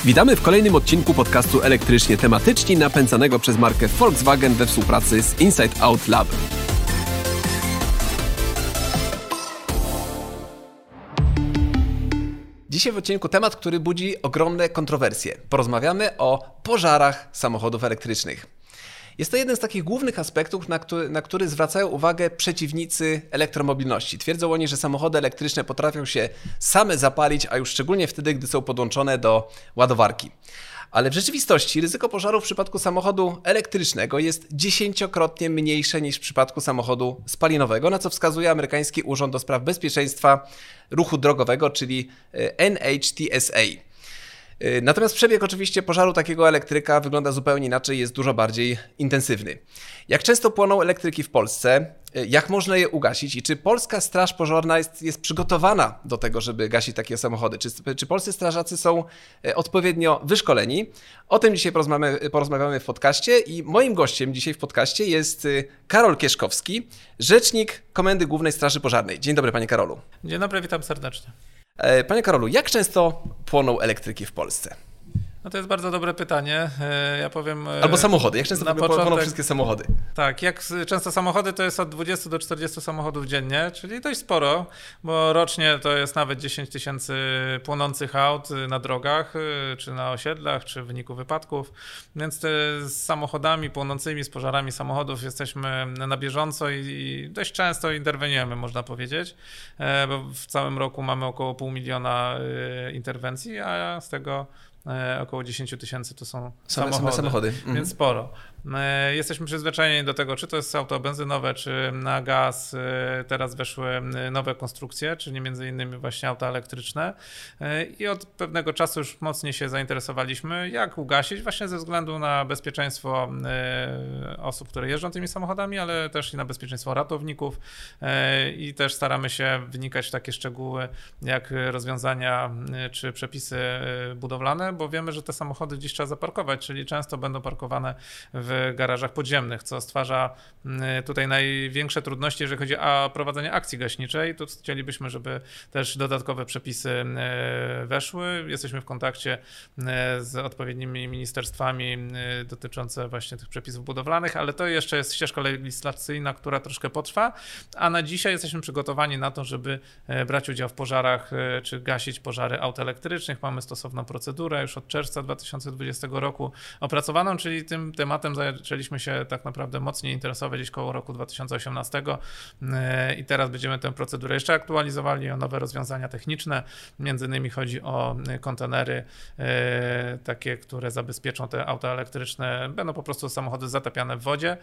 Witamy w kolejnym odcinku podcastu Elektrycznie Tematyczni, napędzanego przez markę Volkswagen we współpracy z Inside Out Lab. Dzisiaj w odcinku temat, który budzi ogromne kontrowersje. Porozmawiamy o pożarach samochodów elektrycznych. Jest to jeden z takich głównych aspektów, na który zwracają uwagę przeciwnicy elektromobilności. Twierdzą oni, że samochody elektryczne potrafią się same zapalić, a już szczególnie wtedy, gdy są podłączone do ładowarki. Ale w rzeczywistości ryzyko pożaru w przypadku samochodu elektrycznego jest 10-krotnie mniejsze niż w przypadku samochodu spalinowego, na co wskazuje amerykański Urząd do Spraw Bezpieczeństwa Ruchu Drogowego, czyli NHTSA. Natomiast przebieg oczywiście pożaru takiego elektryka wygląda zupełnie inaczej, jest dużo bardziej intensywny. Jak często płoną elektryki w Polsce? Jak można je ugasić? I czy polska straż pożarna jest przygotowana do tego, żeby gasić takie samochody? Czy polscy strażacy są odpowiednio wyszkoleni? O tym dzisiaj porozmawiamy w podcaście i moim gościem dzisiaj w podcaście jest Karol Kieszkowski, rzecznik Komendy Głównej Straży Pożarnej. Dzień dobry, panie Karolu. Dzień dobry, witam serdecznie. Panie Karolu, jak często płoną elektryki w Polsce? No to jest bardzo dobre pytanie. Ja powiem... Albo samochody. Jak często płoną wszystkie samochody? Tak, jak często samochody, to jest od 20 do 40 samochodów dziennie, czyli dość sporo, bo rocznie to jest nawet 10 tysięcy płonących aut na drogach, czy na osiedlach, czy w wyniku wypadków. Więc z samochodami płonącymi, z pożarami samochodów jesteśmy na bieżąco i dość często interweniujemy, można powiedzieć, bo w całym roku mamy około 500 000 interwencji, a z tego około 10 tysięcy to są samochody. Więc sporo. Jesteśmy przyzwyczajeni do tego, czy to jest auto benzynowe, czy na gaz. Teraz weszły nowe konstrukcje, czyli między innymi właśnie auta elektryczne i od pewnego czasu już mocniej się zainteresowaliśmy, jak ugasić właśnie ze względu na bezpieczeństwo osób, które jeżdżą tymi samochodami, ale też i na bezpieczeństwo ratowników i też staramy się wnikać w takie szczegóły jak rozwiązania czy przepisy budowlane, bo wiemy, że te samochody gdzieś trzeba zaparkować, czyli często będą parkowane w garażach podziemnych, co stwarza tutaj największe trudności, jeżeli chodzi o prowadzenie akcji gaśniczej. Tu chcielibyśmy, żeby też dodatkowe przepisy weszły. Jesteśmy w kontakcie z odpowiednimi ministerstwami dotyczące właśnie tych przepisów budowlanych, ale to jeszcze jest ścieżka legislacyjna, która troszkę potrwa, a na dzisiaj jesteśmy przygotowani na to, żeby brać udział w pożarach czy gasić pożary aut elektrycznych. Mamy stosowną procedurę już od czerwca 2020 roku opracowaną, czyli tym tematem zaczęliśmy się tak naprawdę mocniej interesować gdzieś koło roku 2018 i teraz będziemy tę procedurę jeszcze aktualizowali o nowe rozwiązania techniczne. Między innymi chodzi o kontenery takie, które zabezpieczą te auta elektryczne. Będą po prostu samochody zatapiane w wodzie.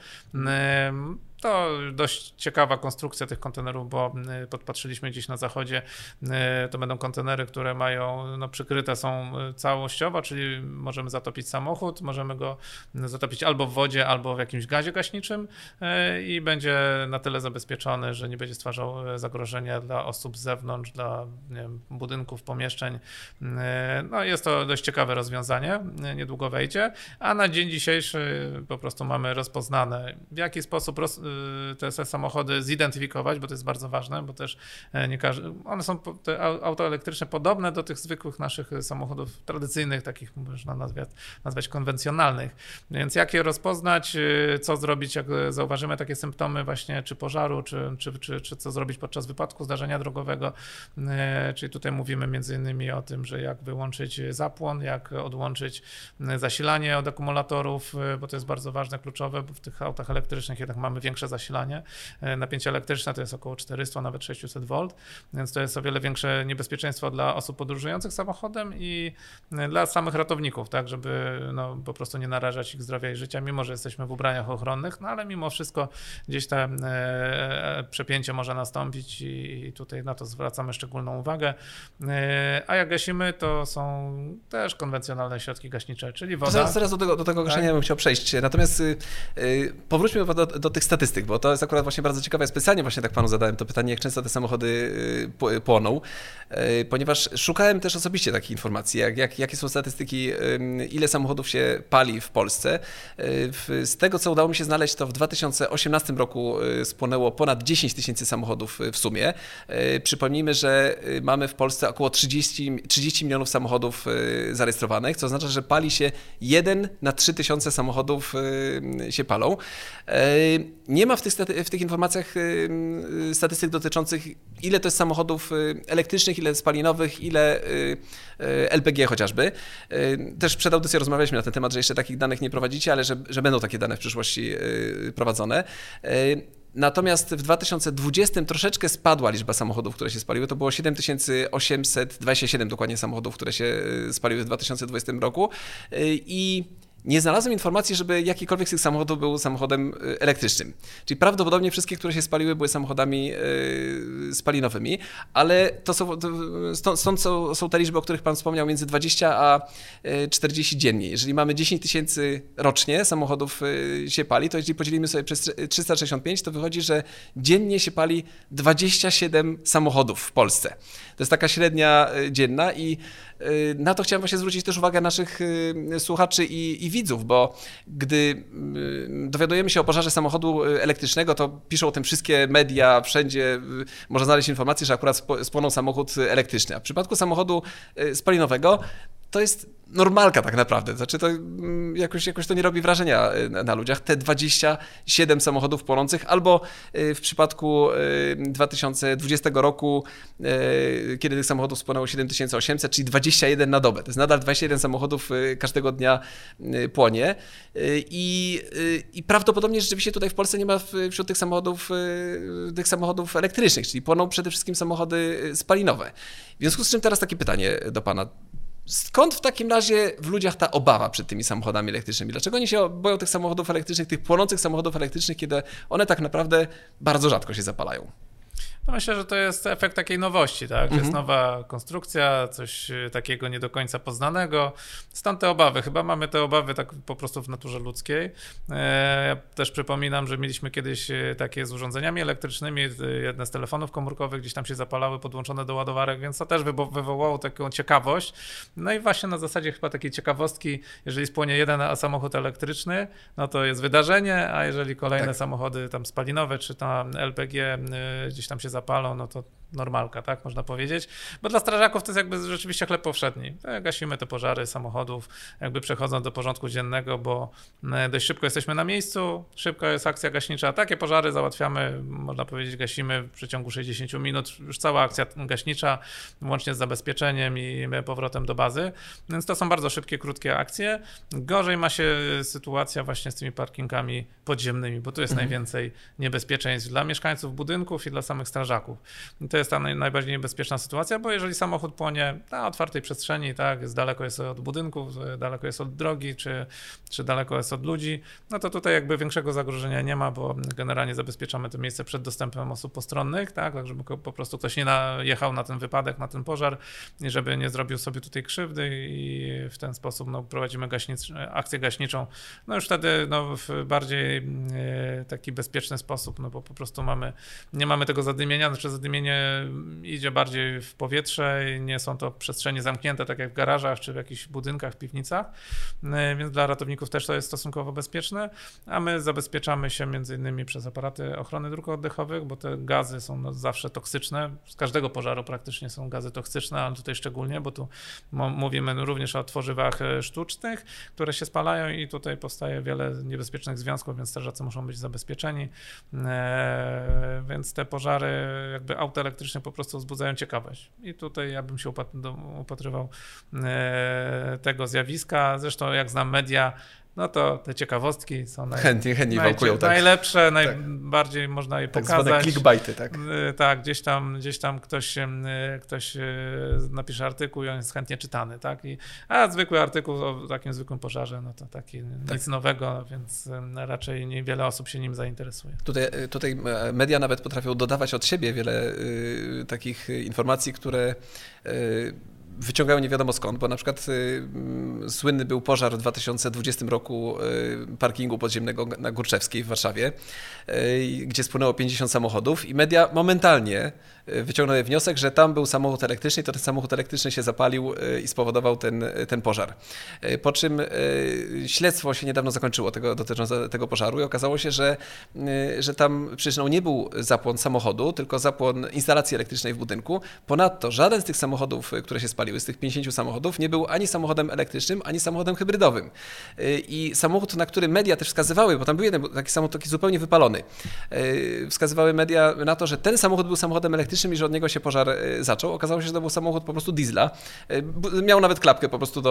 To dość ciekawa konstrukcja tych kontenerów, bo podpatrzyliśmy gdzieś na zachodzie. To będą kontenery, które mają, przykryte są całościowo, czyli możemy zatopić samochód, możemy go zatopić albo w wodzie, albo w jakimś gazie gaśniczym i będzie na tyle zabezpieczony, że nie będzie stwarzał zagrożenia dla osób z zewnątrz, dla budynków, pomieszczeń. Jest to dość ciekawe rozwiązanie, niedługo wejdzie, a na dzień dzisiejszy po prostu mamy rozpoznane, w jaki sposób te samochody zidentyfikować, bo to jest bardzo ważne, bo też nie każdy, one są, te auta elektryczne, podobne do tych zwykłych naszych samochodów tradycyjnych, takich można nazwać konwencjonalnych. Więc jak je rozpoznać, co zrobić, jak zauważymy takie symptomy właśnie czy pożaru, czy co zrobić podczas wypadku, zdarzenia drogowego. Czyli tutaj mówimy między innymi o tym, że jak wyłączyć zapłon, jak odłączyć zasilanie od akumulatorów, bo to jest bardzo ważne, kluczowe, bo w tych autach elektrycznych jednak mamy większe zasilanie. Napięcie elektryczne to jest około 400, nawet 600 V, więc to jest o wiele większe niebezpieczeństwo dla osób podróżujących samochodem i dla samych ratowników, tak, żeby po prostu nie narażać ich zdrowia i życia, mimo że jesteśmy w ubraniach ochronnych, ale mimo wszystko gdzieś to przepięcie może nastąpić i tutaj na to zwracamy szczególną uwagę. A jak gasimy, to są też konwencjonalne środki gaśnicze, czyli woda. Zaraz do tego gaszenia bym chciał przejść. Natomiast powróćmy do tych statystyk. statystyk, bo to jest akurat właśnie bardzo ciekawe. Ja specjalnie właśnie tak panu zadałem to pytanie, jak często te samochody płoną, ponieważ szukałem też osobiście takich informacji, jakie są statystyki, ile samochodów się pali w Polsce. Z tego, co udało mi się znaleźć, to w 2018 roku spłonęło ponad 10 tysięcy samochodów w sumie. Przypomnijmy, że mamy w Polsce około 30 milionów samochodów zarejestrowanych, co oznacza, że pali się 1 na 3 tysiące samochodów się palą. Nie ma w tych informacjach statystyk dotyczących, ile to jest samochodów elektrycznych, ile spalinowych, ile LPG chociażby. Też przed audycją rozmawialiśmy na ten temat, że jeszcze takich danych nie prowadzicie, ale że będą takie dane w przyszłości prowadzone. Natomiast w 2020 troszeczkę spadła liczba samochodów, które się spaliły. To było 7827 dokładnie samochodów, które się spaliły w 2020 roku. I nie znalazłem informacji, żeby jakikolwiek z tych samochodów był samochodem elektrycznym. Czyli prawdopodobnie wszystkie, które się spaliły, były samochodami spalinowymi, ale stąd są te liczby, o których pan wspomniał, między 20 a 40 dziennie. Jeżeli mamy 10 tysięcy rocznie samochodów się pali, to jeśli podzielimy sobie przez 365, to wychodzi, że dziennie się pali 27 samochodów w Polsce. To jest taka średnia dzienna i na to chciałem właśnie zwrócić też uwagę naszych słuchaczy i widzów, bo gdy dowiadujemy się o pożarze samochodu elektrycznego, to piszą o tym wszystkie media, wszędzie można znaleźć informację, że akurat spłonął samochód elektryczny. A w przypadku samochodu spalinowego to jest normalka tak naprawdę. Znaczy to jakoś to nie robi wrażenia na ludziach. Te 27 samochodów płonących, albo w przypadku 2020 roku, kiedy tych samochodów spłonęło 7800, czyli 21 na dobę. To jest nadal 21 samochodów każdego dnia płonie. I prawdopodobnie rzeczywiście tutaj w Polsce nie ma wśród tych samochodów elektrycznych, czyli płoną przede wszystkim samochody spalinowe. W związku z czym teraz takie pytanie do pana. Skąd w takim razie w ludziach ta obawa przed tymi samochodami elektrycznymi? Dlaczego oni się boją tych samochodów elektrycznych, tych płonących samochodów elektrycznych, kiedy one tak naprawdę bardzo rzadko się zapalają? No myślę, że to jest efekt takiej nowości, tak? Jest nowa konstrukcja, coś takiego nie do końca poznanego. Stąd te obawy. Chyba mamy te obawy tak po prostu w naturze ludzkiej. Ja też przypominam, że mieliśmy kiedyś takie z urządzeniami elektrycznymi, jedne z telefonów komórkowych gdzieś tam się zapalały, podłączone do ładowarek, więc to też wywołało taką ciekawość. No i właśnie na zasadzie chyba takiej ciekawostki, jeżeli spłonie jeden samochód elektryczny, no to jest wydarzenie, a jeżeli kolejne samochody tam spalinowe czy tam LPG gdzieś tam się zapalą, no to normalka, tak można powiedzieć, bo dla strażaków to jest jakby rzeczywiście chleb powszedni. Gasimy te pożary samochodów, jakby przechodząc do porządku dziennego, bo dość szybko jesteśmy na miejscu, szybko jest akcja gaśnicza. Takie pożary załatwiamy, można powiedzieć, gasimy w przeciągu 60 minut, już cała akcja gaśnicza, łącznie z zabezpieczeniem i powrotem do bazy, więc to są bardzo szybkie, krótkie akcje. Gorzej ma się sytuacja właśnie z tymi parkingami podziemnymi, bo tu jest najwięcej niebezpieczeństw dla mieszkańców budynków i dla samych strażaków. I to jest ta najbardziej niebezpieczna sytuacja, bo jeżeli samochód płonie na otwartej przestrzeni, tak, daleko jest od budynków, daleko jest od drogi, czy daleko jest od ludzi, no to tutaj jakby większego zagrożenia nie ma, bo generalnie zabezpieczamy to miejsce przed dostępem osób postronnych, tak żeby po prostu ktoś nie najechał na ten wypadek, na ten pożar i żeby nie zrobił sobie tutaj krzywdy i w ten sposób prowadzimy akcję gaśniczą, no już wtedy w bardziej taki bezpieczny sposób, no bo po prostu nie mamy tego zadymienia, znaczy zadymienie idzie bardziej w powietrze i nie są to przestrzenie zamknięte, tak jak w garażach czy w jakichś budynkach, piwnicach, więc dla ratowników też to jest stosunkowo bezpieczne, a my zabezpieczamy się między innymi przez aparaty ochrony dróg oddechowych, bo te gazy są zawsze toksyczne, z każdego pożaru praktycznie są gazy toksyczne, ale tutaj szczególnie, bo tu mówimy również o tworzywach sztucznych, które się spalają i tutaj powstaje wiele niebezpiecznych związków, więc strażacy muszą być zabezpieczeni, więc te pożary jakby aut elektrycznych po prostu wzbudzają ciekawość. I tutaj ja bym się upatrywał tego zjawiska. Zresztą jak znam media, no to te ciekawostki są chętnie wałkują, tak. Najlepsze, najbardziej można je pokazać. Tak zwane clickbaity, tak. Tak, gdzieś tam ktoś napisze artykuł i on jest chętnie czytany, tak. A zwykły artykuł o takim zwykłym pożarze, no to taki nic nowego, więc raczej niewiele osób się nim zainteresuje. Tutaj media nawet potrafią dodawać od siebie wiele takich informacji, które wyciągają nie wiadomo skąd, bo na przykład słynny był pożar w 2020 roku parkingu podziemnego na Górczewskiej w Warszawie, gdzie spłynęło 50 samochodów i media momentalnie wyciągnęły wniosek, że tam był samochód elektryczny i to ten samochód elektryczny się zapalił i spowodował ten pożar. Po czym śledztwo się niedawno zakończyło dotyczące tego pożaru i okazało się, że tam przyczyną nie był zapłon samochodu, tylko zapłon instalacji elektrycznej w budynku. Ponadto żaden z tych samochodów, które się spaliły, z tych 50 samochodów, nie był ani samochodem elektrycznym, ani samochodem hybrydowym. I samochód, na który media też wskazywały, bo tam był jeden taki samochód, taki zupełnie wypalony, wskazywały media na to, że ten samochód był samochodem elektrycznym i że od niego się pożar zaczął. Okazało się, że to był samochód po prostu diesla. Miał nawet klapkę po prostu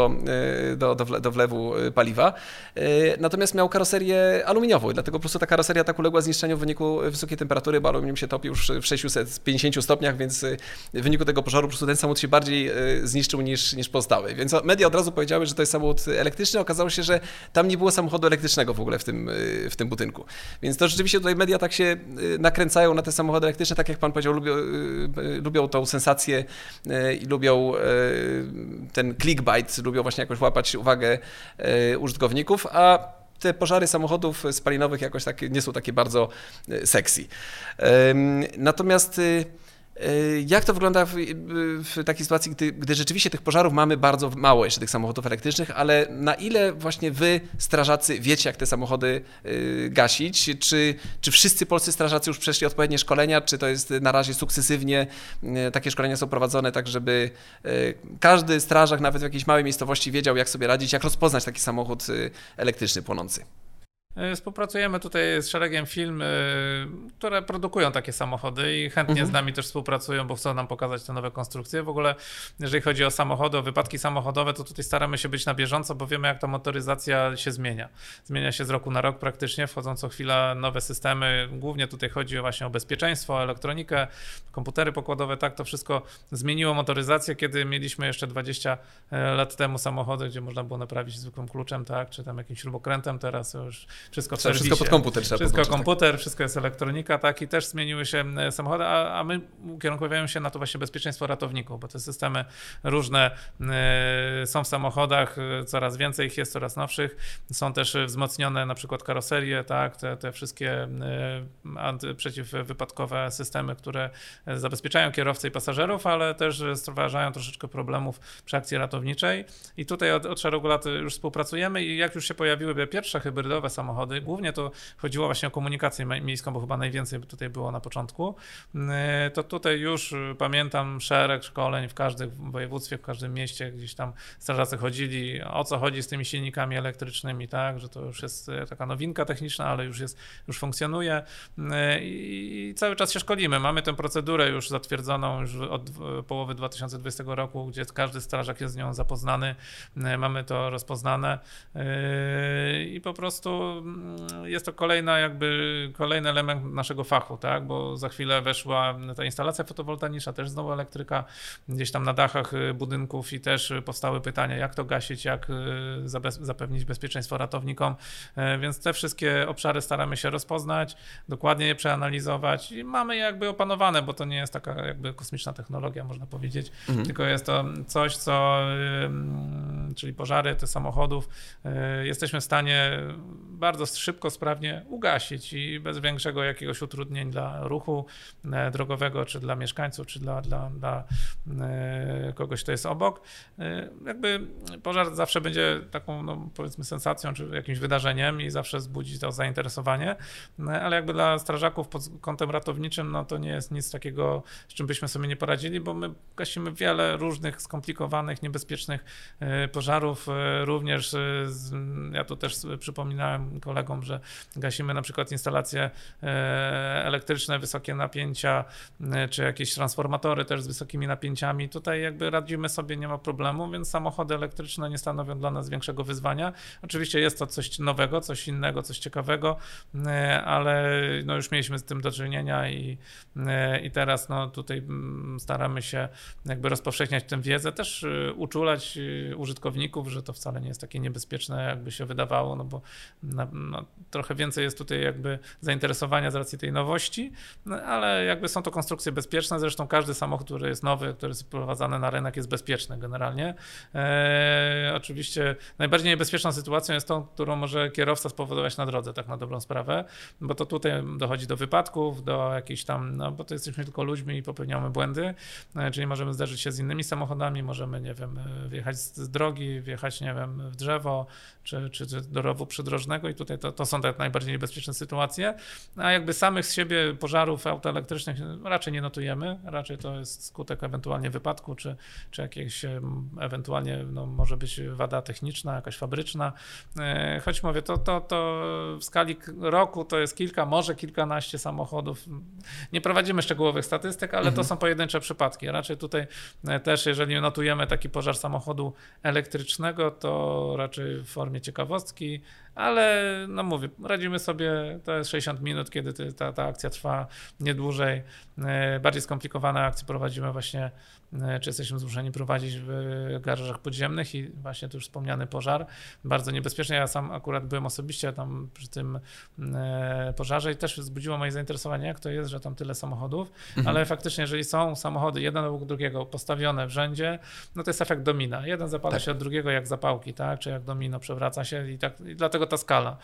do wlewu paliwa. Natomiast miał karoserię aluminiową i dlatego po prostu ta karoseria tak uległa zniszczeniu w wyniku wysokiej temperatury, bo aluminium się topi już w 650 stopniach, więc w wyniku tego pożaru po prostu ten samochód się bardziej zniszczył niż pozostały. Więc media od razu powiedziały, że to jest samochód elektryczny. Okazało się, że tam nie było samochodu elektrycznego w ogóle w tym budynku. Więc to rzeczywiście tutaj media tak się nakręcają na te samochody elektryczne, tak jak pan powiedział, lubią tą sensację i lubią ten clickbait, lubią właśnie jakoś łapać uwagę użytkowników, a te pożary samochodów spalinowych jakoś tak nie są takie bardzo sexy. Natomiast jak to wygląda w takiej sytuacji, gdy rzeczywiście tych pożarów mamy bardzo mało jeszcze, tych samochodów elektrycznych, ale na ile właśnie wy, strażacy, wiecie, jak te samochody gasić? Czy wszyscy polscy strażacy już przeszli odpowiednie szkolenia, czy to jest na razie sukcesywnie, takie szkolenia są prowadzone tak, żeby każdy strażak, nawet w jakiejś małej miejscowości wiedział, jak sobie radzić, jak rozpoznać taki samochód elektryczny płonący? Współpracujemy tutaj z szeregiem firm, które produkują takie samochody i chętnie z nami też współpracują, bo chcą nam pokazać te nowe konstrukcje. W ogóle jeżeli chodzi o samochody, o wypadki samochodowe, to tutaj staramy się być na bieżąco, bo wiemy, jak ta motoryzacja się zmienia. Zmienia się z roku na rok praktycznie, wchodzą co chwila nowe systemy. Głównie tutaj chodzi właśnie o bezpieczeństwo, o elektronikę, komputery pokładowe. Tak, to wszystko zmieniło motoryzację, kiedy mieliśmy jeszcze 20 lat temu samochody, gdzie można było naprawić zwykłym kluczem, tak, czy tam jakimś śrubokrętem. Teraz już wszystko pod komputer trzeba wszystko komputer, tak. Wszystko jest elektronika, tak, i też zmieniły się samochody, a my ukierunkowujemy się na to właśnie bezpieczeństwo ratowników, bo te systemy różne są w samochodach, coraz więcej ich jest, coraz nowszych. Są też wzmocnione na przykład karoserie, tak, te wszystkie przeciwwypadkowe systemy, które zabezpieczają kierowcę i pasażerów, ale też stwarzają troszeczkę problemów przy akcji ratowniczej. I tutaj od szeregu lat już współpracujemy i jak już się pojawiły pierwsze hybrydowe samochody, głównie to chodziło właśnie o komunikację miejską, bo chyba najwięcej tutaj było na początku, to tutaj już pamiętam szereg szkoleń w każdym województwie, w każdym mieście, gdzieś tam strażacy chodzili, o co chodzi z tymi silnikami elektrycznymi, tak, że to już jest taka nowinka techniczna, ale już funkcjonuje i cały czas się szkolimy. Mamy tę procedurę już zatwierdzoną już od połowy 2020 roku, gdzie każdy strażak jest z nią zapoznany, mamy to rozpoznane i po prostu jest to kolejny element naszego fachu, tak? Bo za chwilę weszła ta instalacja fotowoltaiczna, też znowu elektryka, gdzieś tam na dachach budynków i też powstały pytania, jak to gasić, jak zapewnić bezpieczeństwo ratownikom, więc te wszystkie obszary staramy się rozpoznać, dokładnie je przeanalizować i mamy je jakby opanowane, bo to nie jest taka jakby kosmiczna technologia, można powiedzieć, tylko jest to coś, czyli pożary tych samochodów, jesteśmy w stanie bardzo szybko, sprawnie ugasić i bez większego jakiegoś utrudnień dla ruchu drogowego, czy dla mieszkańców, czy dla kogoś, kto jest obok. Jakby pożar zawsze będzie taką, no, powiedzmy, sensacją, czy jakimś wydarzeniem i zawsze wzbudzi to zainteresowanie, ale jakby dla strażaków pod kątem ratowniczym, no to nie jest nic takiego, z czym byśmy sobie nie poradzili, bo my gasimy wiele różnych skomplikowanych, niebezpiecznych pożarów, również ja tu też przypominałem kolegom, że gasimy na przykład instalacje elektryczne, wysokie napięcia, czy jakieś transformatory też z wysokimi napięciami. Tutaj jakby radzimy sobie, nie ma problemu, więc samochody elektryczne nie stanowią dla nas większego wyzwania. Oczywiście jest to coś nowego, coś innego, coś ciekawego, ale no już mieliśmy z tym do czynienia i teraz no tutaj staramy się jakby rozpowszechniać tę wiedzę, też uczulać użytkowników użytkowników, że to wcale nie jest takie niebezpieczne, jakby się wydawało, no bo trochę więcej jest tutaj jakby zainteresowania z racji tej nowości, no, ale jakby są to konstrukcje bezpieczne, zresztą każdy samochód, który jest nowy, który jest wprowadzany na rynek, jest bezpieczny generalnie. Oczywiście najbardziej niebezpieczną sytuacją jest tą, którą może kierowca spowodować na drodze, tak na dobrą sprawę, bo to tutaj dochodzi do wypadków, do jakichś tam, no bo to jesteśmy tylko ludźmi i popełniamy błędy, czyli możemy zderzyć się z innymi samochodami, możemy, nie wiem, wjechać z drogi, wjechać, nie wiem, w drzewo, czy do rowu przydrożnego i tutaj to są te najbardziej niebezpieczne sytuacje, a jakby samych z siebie pożarów aut elektrycznych raczej nie notujemy, raczej to jest skutek ewentualnie wypadku, czy jakieś ewentualnie, no, może być wada techniczna, jakaś fabryczna, choć mówię, to w skali roku to jest kilka, może kilkanaście samochodów, nie prowadzimy szczegółowych statystyk, ale to są pojedyncze przypadki, raczej tutaj też jeżeli notujemy taki pożar samochodu elektrycznego, to raczej w formie ciekawostki, ale no mówię, radzimy sobie, to jest 60 minut, kiedy ta akcja trwa nie dłużej. Bardziej skomplikowane akcje prowadzimy właśnie, czy jesteśmy zmuszeni prowadzić w garażach podziemnych i właśnie tu już wspomniany pożar, bardzo niebezpieczny. Ja sam akurat byłem osobiście tam przy tym pożarze i też wzbudziło moje zainteresowanie, jak to jest, że tam tyle samochodów, ale faktycznie jeżeli są samochody jeden obok drugiego postawione w rzędzie, no to jest efekt domina. Jeden zapala się od drugiego jak zapałki, tak? Czy jak domino przewraca się i dlatego ta skala.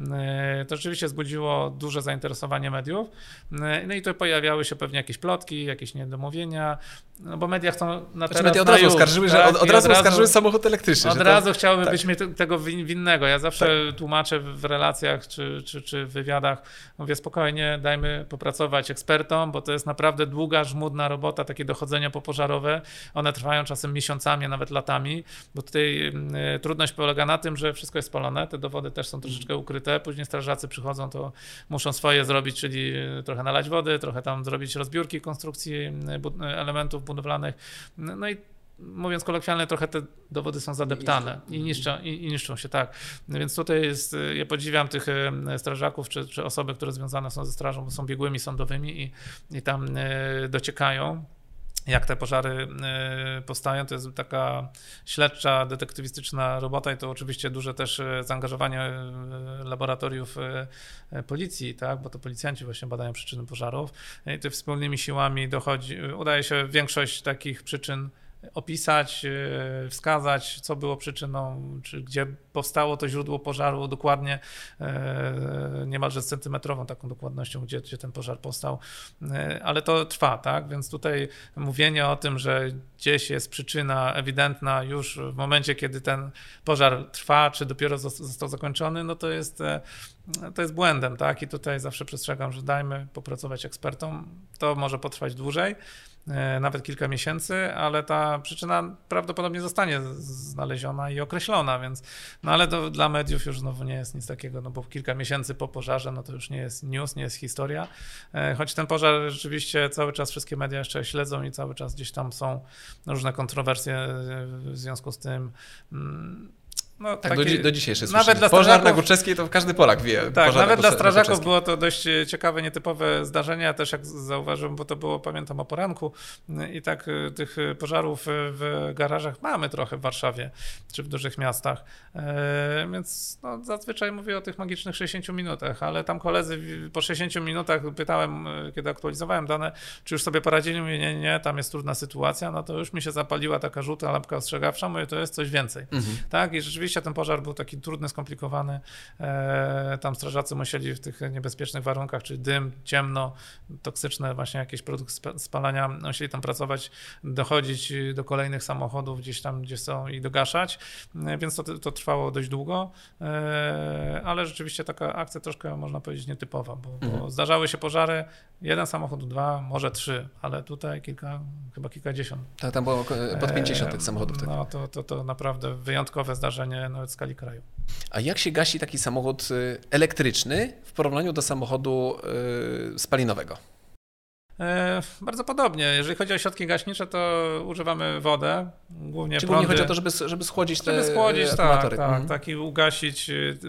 To rzeczywiście wzbudziło duże zainteresowanie mediów, no i tu pojawiały się pewnie jakieś plotki, jakieś niedomówienia, no bo media chcą na teraz media od razu oskarżyły, że od razu oskarżyły samochód elektryczny. Od razu chciałyby być tego winnego. Ja zawsze tłumaczę w relacjach czy w wywiadach, mówię spokojnie, dajmy popracować ekspertom, bo to jest naprawdę długa, żmudna robota, takie dochodzenia popożarowe. One trwają czasem miesiącami, a nawet latami, bo tutaj trudność polega na tym, że wszystko jest spalone, te dowody też są troszeczkę ukryte, później strażacy przychodzą, to muszą swoje zrobić, czyli trochę nalać wody, trochę tam zrobić rozbiórki konstrukcji elementów budowlanych, no i mówiąc kolokwialnie, trochę te dowody są zadeptane i niszczą się, tak. Więc tutaj ja podziwiam tych strażaków, czy osoby, które związane są ze strażą, bo są biegłymi sądowymi i tam dociekają, jak te pożary powstają. To jest taka śledcza, detektywistyczna robota i to oczywiście duże też zaangażowanie laboratoriów policji, tak, bo to policjanci właśnie badają przyczyny pożarów i to wspólnymi siłami udaje się większość takich przyczyn opisać, wskazać, co było przyczyną, czy gdzie powstało to źródło pożaru dokładnie, niemalże z centymetrową taką dokładnością, gdzie ten pożar powstał, ale to trwa, tak, więc tutaj mówienie o tym, że gdzieś jest przyczyna ewidentna już w momencie, kiedy ten pożar trwa, czy dopiero został zakończony, no to jest błędem, tak, i tutaj zawsze przestrzegam, że dajmy popracować ekspertom, to może potrwać dłużej, nawet kilka miesięcy, ale ta przyczyna prawdopodobnie zostanie znaleziona i określona, więc, no ale to dla mediów już znowu nie jest nic takiego, no bo kilka miesięcy po pożarze, no to już nie jest news, nie jest historia, choć ten pożar rzeczywiście cały czas wszystkie media jeszcze śledzą i cały czas gdzieś tam są różne kontrowersje w związku z tym. No, tak, do dzisiejszej słyszymy. Pożar na Górczewskiej to każdy Polak wie. Tak, nawet dla strażaków było to dość ciekawe, nietypowe zdarzenie. Ja też jak zauważyłem, bo to było, pamiętam, o poranku i tak tych pożarów w garażach mamy trochę w Warszawie czy w dużych miastach, więc no, zazwyczaj mówię o tych magicznych 60 minutach, ale tam koledzy po 60 minutach pytałem, kiedy aktualizowałem dane, czy już sobie poradzili, mówię, nie, tam jest trudna sytuacja, no to już mi się zapaliła taka żółta lampka ostrzegawcza, mówię, to jest coś więcej. Tak, i rzeczywiście ten pożar był taki trudny, skomplikowany. Tam strażacy musieli w tych niebezpiecznych warunkach, czyli dym, ciemno, toksyczne właśnie jakieś produkty spalania, musieli tam pracować, dochodzić do kolejnych samochodów gdzieś tam, gdzie są i dogaszać, więc to trwało dość długo, ale rzeczywiście taka akcja troszkę, można powiedzieć, nietypowa, bo zdarzały się pożary, jeden samochód, 2, może 3, ale tutaj chyba kilkadziesiąt. Tak, tam było pod 50 tych samochodów. Tak. No to naprawdę wyjątkowe zdarzenie nawet w skali kraju. A jak się gasi taki samochód elektryczny w porównaniu do samochodu spalinowego? Bardzo podobnie. Jeżeli chodzi o środki gaśnicze, to używamy wodę, głównie Czyli prądy. głównie chodzi o to, żeby schłodzić te akumulatory. Tak, i ugasić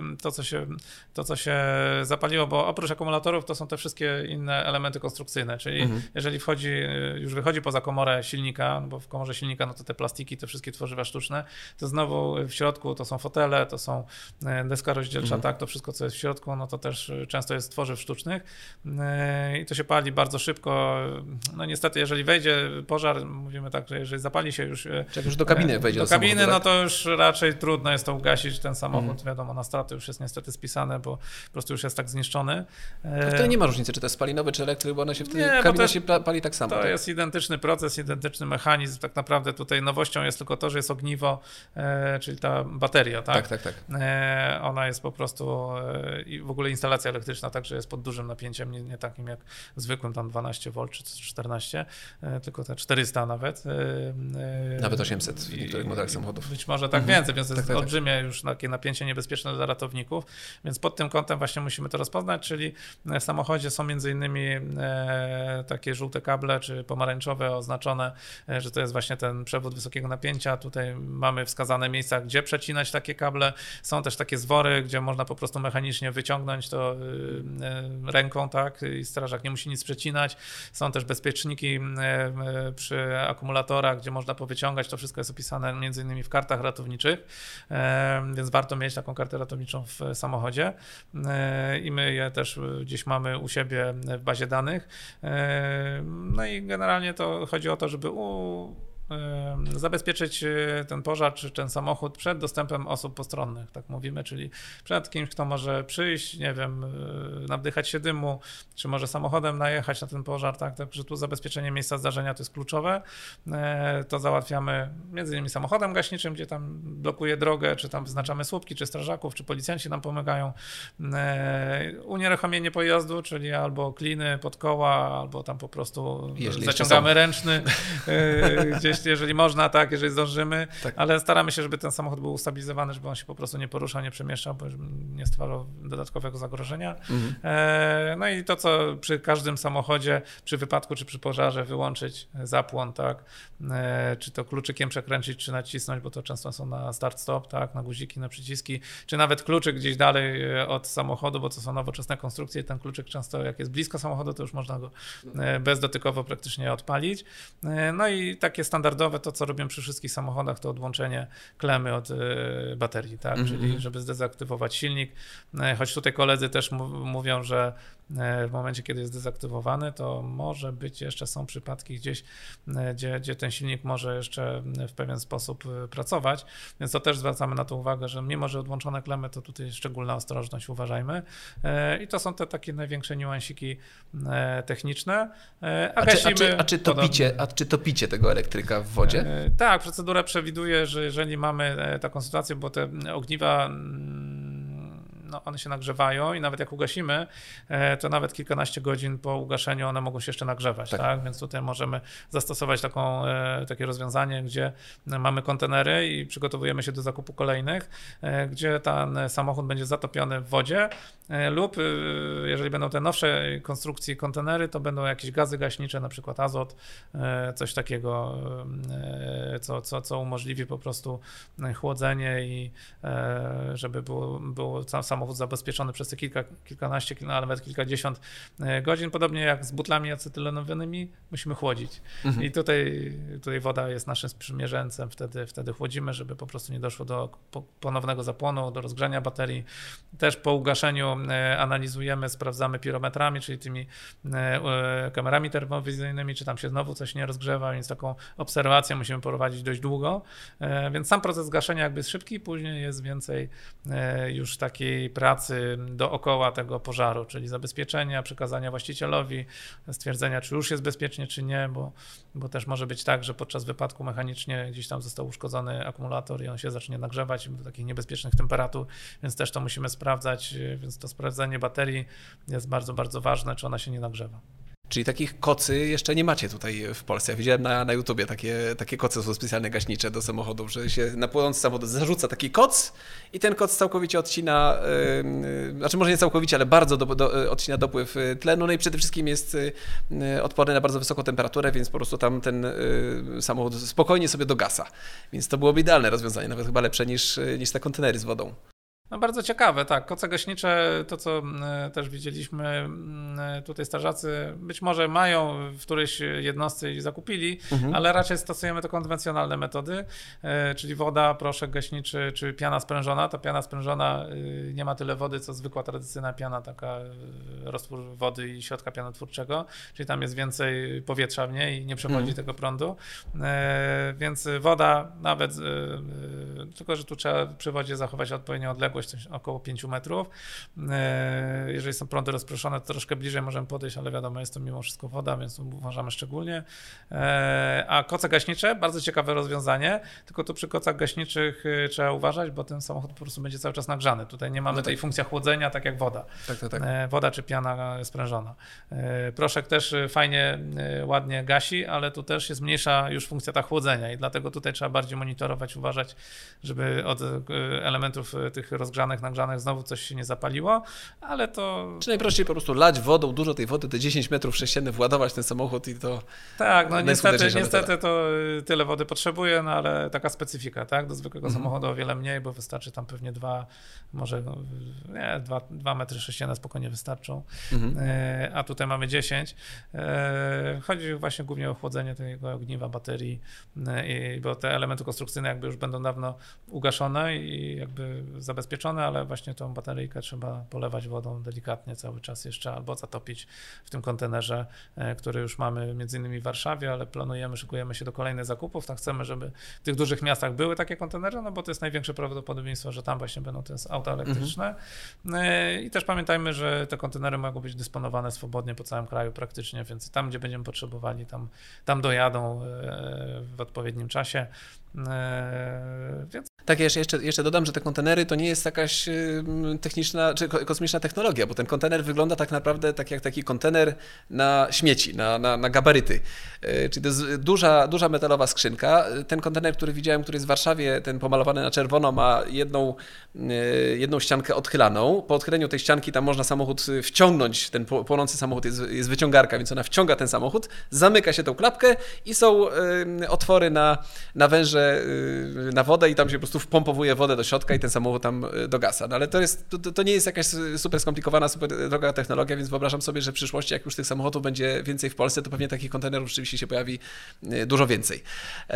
to, co się zapaliło, bo oprócz akumulatorów to są te wszystkie inne elementy konstrukcyjne, czyli jeżeli już wychodzi poza komorę silnika, bo w komorze silnika no to te plastiki, te wszystkie tworzywa sztuczne, to znowu w środku to są fotele, to są deska rozdzielcza, tak, to wszystko, co jest w środku, no to też często jest tworzyw sztucznych i to się pali bardzo szybko. No niestety, jeżeli wejdzie pożar, mówimy tak, że jeżeli zapali się już... Czy jak już do kabiny wejdzie do kabiny, samochodu, no to już raczej trudno jest to ugasić. Ten samochód, wiadomo, na straty już jest niestety spisane, bo po prostu już jest tak zniszczony. To wtedy nie ma różnicy, czy to jest spalinowy, czy elektryk, bo ona się wtedy, kabina się pali tak samo. To jest identyczny proces, identyczny mechanizm. Tak naprawdę tutaj nowością jest tylko to, że jest ogniwo, czyli ta bateria, tak? Tak. Ona jest po prostu i w ogóle instalacja elektryczna także jest pod dużym napięciem, nie takim jak w zwykłym tam 12 V czy 14, tylko te 400 nawet. Nawet 800 w niektórych modelach samochodów. Być może tak więcej, więc to jest tak. olbrzymie już takie napięcie niebezpieczne dla ratowników, więc pod tym kątem właśnie musimy to rozpoznać, czyli w samochodzie są między innymi takie żółte kable, czy pomarańczowe oznaczone, że to jest właśnie ten przewód wysokiego napięcia. Tutaj mamy wskazane miejsca, gdzie przecinać takie kable. Są też takie zwory, gdzie można po prostu mechanicznie wyciągnąć to ręką, tak, i strażak nie musi nic przecinać. Są też bezpieczniki przy akumulatorach, gdzie można powyciągać. To wszystko jest opisane między innymi w kartach ratowniczych, więc warto mieć taką kartę ratowniczą w samochodzie i my je też gdzieś mamy u siebie w bazie danych. No i generalnie to chodzi o to, żeby zabezpieczyć ten pożar czy ten samochód przed dostępem osób postronnych, tak mówimy, czyli przed kimś, kto może przyjść, nie wiem, nawdychać się dymu, czy może samochodem najechać na ten pożar, tak, także tu zabezpieczenie miejsca zdarzenia to jest kluczowe. To załatwiamy między innymi samochodem gaśniczym, gdzie tam blokuje drogę, czy tam wyznaczamy słupki, czy strażaków, czy policjanci nam pomagają. Unieruchomienie pojazdu, czyli albo kliny pod koła, albo tam po prostu zaciągamy ręczny gdzieś, jeżeli można, tak, jeżeli zdążymy, tak. Ale staramy się, żeby ten samochód był ustabilizowany, żeby on się po prostu nie poruszał, nie przemieszczał, bo nie stwarzał dodatkowego zagrożenia. No i to, co przy każdym samochodzie, przy wypadku czy przy pożarze wyłączyć zapłon, tak, czy to kluczykiem przekręcić, czy nacisnąć, bo to często są na start-stop, tak, na guziki, na przyciski, czy nawet kluczyk gdzieś dalej od samochodu, bo to są nowoczesne konstrukcje i ten kluczyk często, jak jest blisko samochodu, to już można go bezdotykowo praktycznie odpalić. No i takie standardowe, to co robią przy wszystkich samochodach, to odłączenie klemy od baterii, tak? Czyli żeby zdezaktywować silnik. Choć tutaj koledzy też mówią, że w momencie, kiedy jest dezaktywowany, to może być jeszcze są przypadki gdzieś, gdzie ten silnik może jeszcze w pewien sposób pracować, więc to też zwracamy na to uwagę, że mimo, że odłączone klemy, to tutaj szczególna ostrożność, uważajmy. I to są te takie największe niuansiki techniczne. Czy topicie tego elektryka w wodzie? Tak, procedura przewiduje, że jeżeli mamy taką sytuację, bo te ogniwa no one się nagrzewają i nawet jak ugasimy, to nawet kilkanaście godzin po ugaszeniu one mogą się jeszcze nagrzewać, tak? Więc tutaj możemy zastosować takie rozwiązanie, gdzie mamy kontenery i przygotowujemy się do zakupu kolejnych, gdzie ten samochód będzie zatopiony w wodzie lub jeżeli będą te nowsze konstrukcje kontenery, to będą jakieś gazy gaśnicze, na przykład azot, coś takiego, co umożliwi po prostu chłodzenie i żeby był samochód zabezpieczony przez te kilkanaście, a nawet kilkadziesiąt godzin. Podobnie jak z butlami acetylenowymi musimy chłodzić. I tutaj woda jest naszym sprzymierzeńcem. Wtedy chłodzimy, żeby po prostu nie doszło do ponownego zapłonu, do rozgrzania baterii. Też po ugaszeniu analizujemy, sprawdzamy pirometrami, czyli tymi kamerami termowizyjnymi, czy tam się znowu coś nie rozgrzewa, więc taką obserwację musimy prowadzić dość długo. Więc sam proces gaszenia jakby jest szybki, później jest więcej już takiej pracy dookoła tego pożaru, czyli zabezpieczenia, przekazania właścicielowi, stwierdzenia, czy już jest bezpiecznie, czy nie, bo też może być tak, że podczas wypadku mechanicznie gdzieś tam został uszkodzony akumulator i on się zacznie nagrzewać do takich niebezpiecznych temperatur, więc też to musimy sprawdzać, więc to sprawdzenie baterii jest bardzo, bardzo ważne, czy ona się nie nagrzewa. Czyli takich kocy jeszcze nie macie tutaj w Polsce. Ja widziałem na YouTubie takie koce są specjalne gaśnicze do samochodów, że się na płonący samochód zarzuca taki koc i ten koc całkowicie odcina, znaczy może nie całkowicie, ale bardzo odcina dopływ tlenu, no i przede wszystkim jest odporny na bardzo wysoką temperaturę, więc po prostu tam ten samochód spokojnie sobie dogasa. Więc to byłoby idealne rozwiązanie, nawet chyba lepsze niż te kontenery z wodą. No bardzo ciekawe, tak. Koce gaśnicze, to co też widzieliśmy tutaj strażacy, być może mają w którejś jednostce i zakupili, ale raczej stosujemy to konwencjonalne metody, czyli woda, proszek gaśniczy czy piana sprężona. Ta piana sprężona nie ma tyle wody, co zwykła tradycyjna piana, taka roztwór wody i środka pianotwórczego, czyli tam jest więcej powietrza w niej i nie przechodzi tego prądu, więc woda nawet, tylko że tu trzeba przy wodzie zachować odpowiednią odległość, około 5 metrów. Jeżeli są prądy rozproszone, to troszkę bliżej możemy podejść, ale wiadomo, jest to mimo wszystko woda, więc uważamy szczególnie. A koce gaśnicze, bardzo ciekawe rozwiązanie, tylko tu przy kocach gaśniczych trzeba uważać, bo ten samochód po prostu będzie cały czas nagrzany. Tutaj nie mamy tej funkcji chłodzenia, tak jak woda. Tak. Woda czy piana sprężona. Proszek też fajnie, ładnie gasi, ale tu też jest mniejsza już funkcja chłodzenia i dlatego tutaj trzeba bardziej monitorować, uważać, żeby od elementów tych nagrzanych znowu coś się nie zapaliło, ale to... Czy najprościej po prostu lać wodą, dużo tej wody, te 10 metrów sześciennych, władować ten samochód i to... Tak, no niestety to tyle wody potrzebuje, no ale taka specyfika, tak? Do zwykłego samochodu o wiele mniej, bo wystarczy tam pewnie 2 metry sześcienne spokojnie wystarczą, a tutaj mamy 10. Chodzi właśnie głównie o chłodzenie tego ogniwa, baterii, bo te elementy konstrukcyjne jakby już będą dawno ugaszone i jakby zabezpieczone, ale właśnie tą bateryjkę trzeba polewać wodą delikatnie cały czas jeszcze albo zatopić w tym kontenerze, który już mamy między innymi w Warszawie, ale szykujemy się do kolejnych zakupów, tak chcemy, żeby w tych dużych miastach były takie kontenery, no bo to jest największe prawdopodobieństwo, że tam właśnie będą te auta elektryczne. I też pamiętajmy, że te kontenery mogą być dysponowane swobodnie po całym kraju praktycznie, więc tam, gdzie będziemy potrzebowali, tam dojadą w odpowiednim czasie. Więc... Tak, jeszcze dodam, że te kontenery to nie jest jakaś techniczna czy kosmiczna technologia, bo ten kontener wygląda tak naprawdę tak jak taki kontener na śmieci, na gabaryty. Czyli to jest duża metalowa skrzynka. Ten kontener, który widziałem, który jest w Warszawie, ten pomalowany na czerwono, ma jedną ściankę odchylaną. Po odchyleniu tej ścianki tam można samochód wciągnąć, ten płonący samochód jest wyciągarka, więc ona wciąga ten samochód, zamyka się tą klapkę i są otwory na węże, na wodę i tam się po prostu wpompowuje wodę do środka i ten samochód tam dogasa. No ale to nie jest jakaś super skomplikowana, super droga technologia, więc wyobrażam sobie, że w przyszłości, jak już tych samochodów będzie więcej w Polsce, to pewnie takich kontenerów rzeczywiście się pojawi dużo więcej.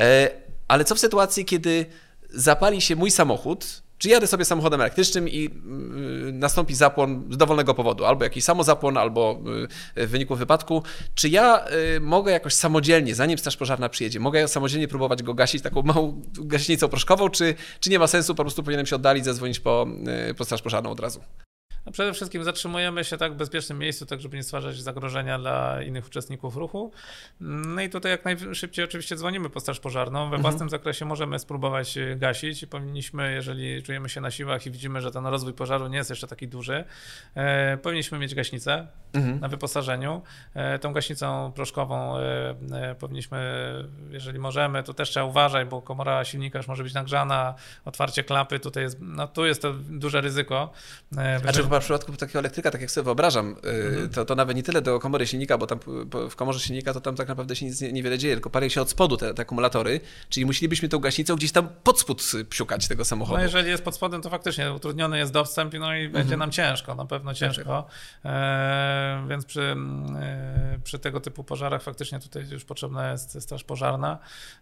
Ale co w sytuacji, kiedy zapali się mój samochód, czy jadę sobie samochodem elektrycznym i nastąpi zapłon z dowolnego powodu, albo jakiś samozapłon, albo w wyniku wypadku, czy ja mogę jakoś samodzielnie, zanim straż pożarna przyjedzie, mogę samodzielnie próbować go gasić taką małą gaśnicą proszkową, czy nie ma sensu, po prostu powinienem się oddalić, zadzwonić po straż pożarną od razu? No przede wszystkim zatrzymujemy się tak w bezpiecznym miejscu, tak żeby nie stwarzać zagrożenia dla innych uczestników ruchu. No i tutaj jak najszybciej oczywiście dzwonimy po straż pożarną. We własnym zakresie możemy spróbować gasić i powinniśmy, jeżeli czujemy się na siłach i widzimy, że ten rozwój pożaru nie jest jeszcze taki duży, powinniśmy mieć gaśnicę na wyposażeniu. Tą gaśnicą proszkową powinniśmy, jeżeli możemy, to też trzeba uważać, bo komora silnika już może być nagrzana, otwarcie klapy, tu jest to duże ryzyko. W przypadku takiego elektryka, tak jak sobie wyobrażam, to nawet nie tyle do komory silnika, bo tam w komorze silnika to tam tak naprawdę się nic niewiele dzieje, tylko parę się od spodu te akumulatory, czyli musielibyśmy tą gaśnicą gdzieś tam pod spód psiukać tego samochodu. No jeżeli jest pod spodem, to faktycznie utrudniony jest dostęp, no i będzie nam ciężko, na pewno ciężko, więc przy tego typu pożarach faktycznie tutaj już potrzebna jest straż pożarna,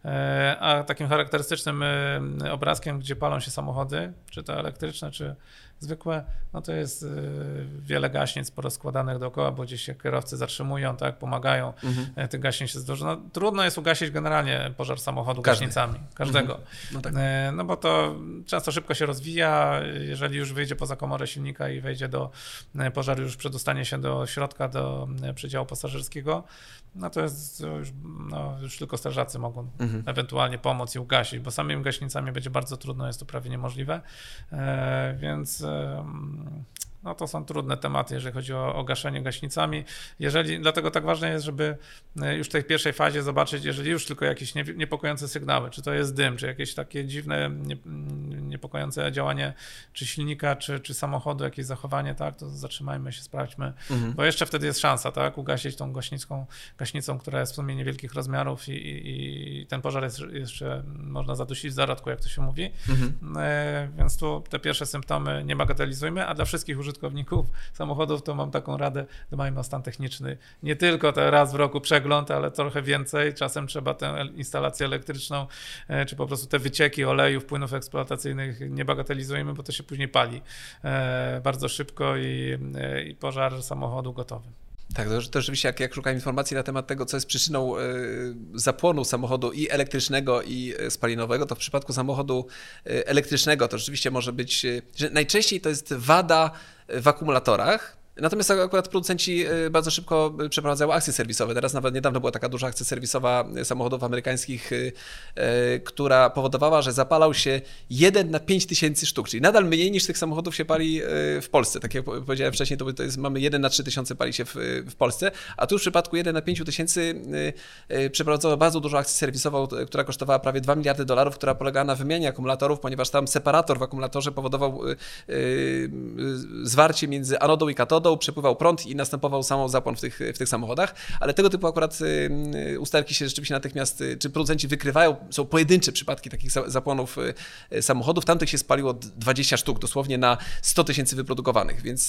a takim charakterystycznym obrazkiem, gdzie palą się samochody, czy to elektryczne, czy zwykłe, no to jest wiele gaśnic porozkładanych dookoła, bo gdzieś się kierowcy zatrzymują, tak, pomagają, tych gaśnic jest dużo. No, trudno jest ugasić generalnie pożar samochodu gaśnicami, każdego. No, tak. No bo to często szybko się rozwija, jeżeli już wyjdzie poza komorę silnika i wejdzie pożar już przedostanie się do środka, do przedziału pasażerskiego, no to jest już tylko strażacy mogą ewentualnie pomóc i ugasić, bo samymi gaśnicami będzie bardzo trudno, jest to prawie niemożliwe, więc no to są trudne tematy, jeżeli chodzi o gaszenie gaśnicami. Dlatego tak ważne jest, żeby już w tej pierwszej fazie zobaczyć, jeżeli już tylko jakieś niepokojące sygnały, czy to jest dym, czy jakieś takie dziwne, niepokojące działanie, czy silnika, czy samochodu, jakieś zachowanie, tak, to zatrzymajmy się, sprawdźmy, bo jeszcze wtedy jest szansa, tak, ugasić tą gaśnicą, która jest w sumie niewielkich rozmiarów i ten pożar jest jeszcze, można zadusić w zarodku, jak to się mówi, więc tu te pierwsze symptomy nie bagatelizujmy, a dla wszystkich użytkowników samochodów to mam taką radę, dbajmy o stan techniczny, nie tylko te raz w roku przegląd, ale trochę więcej, czasem trzeba tę instalację elektryczną, czy po prostu te wycieki olejów, płynów eksploatacyjnych nie bagatelizujmy, bo to się później pali bardzo szybko i pożar samochodu gotowy. Tak, to rzeczywiście jak szukałem informacji na temat tego, co jest przyczyną zapłonu samochodu i elektrycznego, i spalinowego, to w przypadku samochodu elektrycznego to rzeczywiście może być, że najczęściej to jest wada w akumulatorach. Natomiast akurat producenci bardzo szybko przeprowadzały akcje serwisowe. Teraz nawet niedawno była taka duża akcja serwisowa samochodów amerykańskich, która powodowała, że zapalał się 1 na 5000 sztuk, czyli nadal mniej niż tych samochodów się pali w Polsce. Tak jak powiedziałem wcześniej, to jest, mamy 1 na 3000 pali się w Polsce, a tu w przypadku 1 na 5000 przeprowadzono bardzo dużą akcję serwisową, która kosztowała prawie $2 miliardy, która polegała na wymianie akumulatorów, ponieważ tam separator w akumulatorze powodował zwarcie między anodą i katodą, przepływał prąd i następował samozapłon w tych samochodach, ale tego typu akurat usterki się rzeczywiście natychmiast, czy producenci wykrywają, są pojedyncze przypadki takich zapłonów samochodów, tamtych się spaliło 20 sztuk, dosłownie na 100 000 wyprodukowanych, więc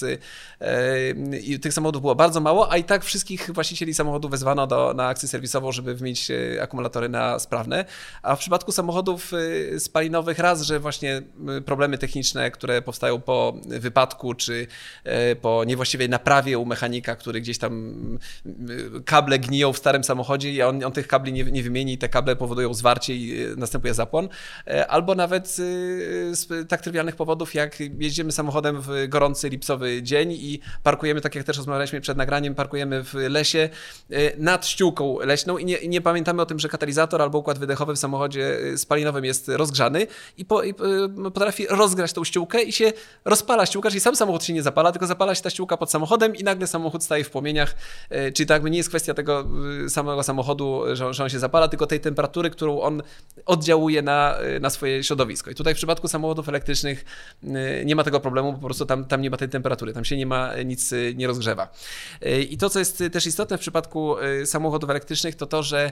tych samochodów było bardzo mało, a i tak wszystkich właścicieli samochodów wezwano na akcję serwisową, żeby wymienić akumulatory na sprawne, a w przypadku samochodów spalinowych raz, że właśnie problemy techniczne, które powstają po wypadku, czy po niewłaściwej naprawie u mechanika, który gdzieś tam kable gniją w starym samochodzie i on tych kabli nie wymieni i te kable powodują zwarcie i następuje zapłon. Albo nawet z tak trywialnych powodów, jak jeździmy samochodem w gorący lipcowy dzień i parkujemy, tak jak też rozmawialiśmy przed nagraniem, parkujemy w lesie nad ściółką leśną i nie pamiętamy o tym, że katalizator albo układ wydechowy w samochodzie spalinowym jest rozgrzany i potrafi rozgrać tą ściółkę i się rozpala ściółka, czyli sam samochód się nie zapala, tylko zapala się ta ściółka pod samochodem i nagle samochód staje w płomieniach, czyli to jakby nie jest kwestia tego samego samochodu, że on się zapala, tylko tej temperatury, którą on oddziałuje na swoje środowisko. I tutaj w przypadku samochodów elektrycznych nie ma tego problemu, po prostu tam nie ma tej temperatury, tam się nic nie rozgrzewa. I to, co jest też istotne w przypadku samochodów elektrycznych, to to, że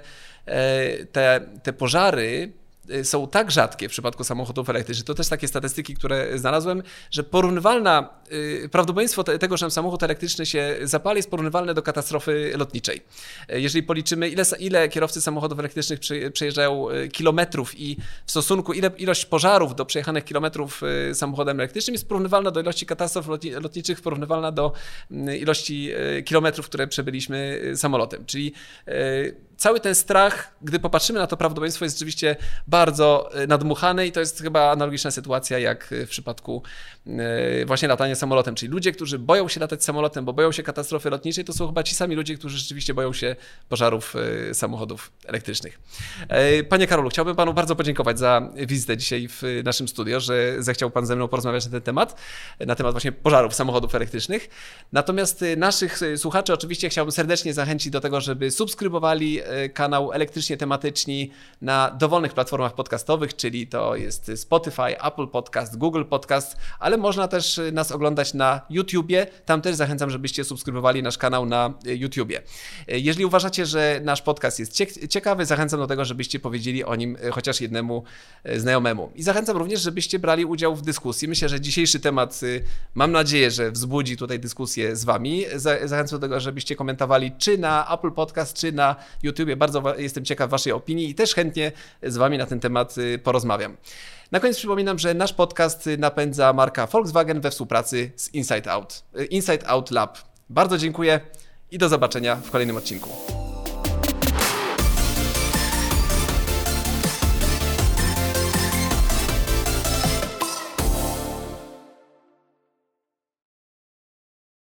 te pożary są tak rzadkie w przypadku samochodów elektrycznych, to też takie statystyki, które znalazłem, że prawdopodobieństwo tego, że samochód elektryczny się zapali, jest porównywalne do katastrofy lotniczej. Jeżeli policzymy, ile kierowcy samochodów elektrycznych przejeżdżają kilometrów i w stosunku ilość pożarów do przejechanych kilometrów samochodem elektrycznym jest porównywalna do ilości katastrof lotniczych, porównywalna do ilości kilometrów, które przebyliśmy samolotem. Czyli cały ten strach, gdy popatrzymy na to, prawdopodobieństwo jest rzeczywiście bardzo nadmuchane i to jest chyba analogiczna sytuacja jak w przypadku właśnie latania samolotem. Czyli ludzie, którzy boją się latać samolotem, bo boją się katastrofy lotniczej, to są chyba ci sami ludzie, którzy rzeczywiście boją się pożarów samochodów elektrycznych. Panie Karolu, chciałbym panu bardzo podziękować za wizytę dzisiaj w naszym studio, że zechciał pan ze mną porozmawiać na temat właśnie pożarów samochodów elektrycznych. Natomiast naszych słuchaczy oczywiście chciałbym serdecznie zachęcić do tego, żeby subskrybowali kanał Elektrycznie Tematyczni na dowolnych platformach podcastowych, czyli to jest Spotify, Apple Podcast, Google Podcast, ale można też nas oglądać na YouTubie. Tam też zachęcam, żebyście subskrybowali nasz kanał na YouTubie. Jeżeli uważacie, że nasz podcast jest ciekawy, zachęcam do tego, żebyście powiedzieli o nim chociaż jednemu znajomemu. I zachęcam również, żebyście brali udział w dyskusji. Myślę, że dzisiejszy temat, mam nadzieję, że wzbudzi tutaj dyskusję z wami. Zachęcam do tego, żebyście komentowali czy na Apple Podcast, czy na YouTubie. Bardzo jestem ciekaw waszej opinii i też chętnie z wami na ten temat porozmawiam. Na koniec przypominam, że nasz podcast napędza marka Volkswagen we współpracy z Inside Out Lab. Bardzo dziękuję i do zobaczenia w kolejnym odcinku.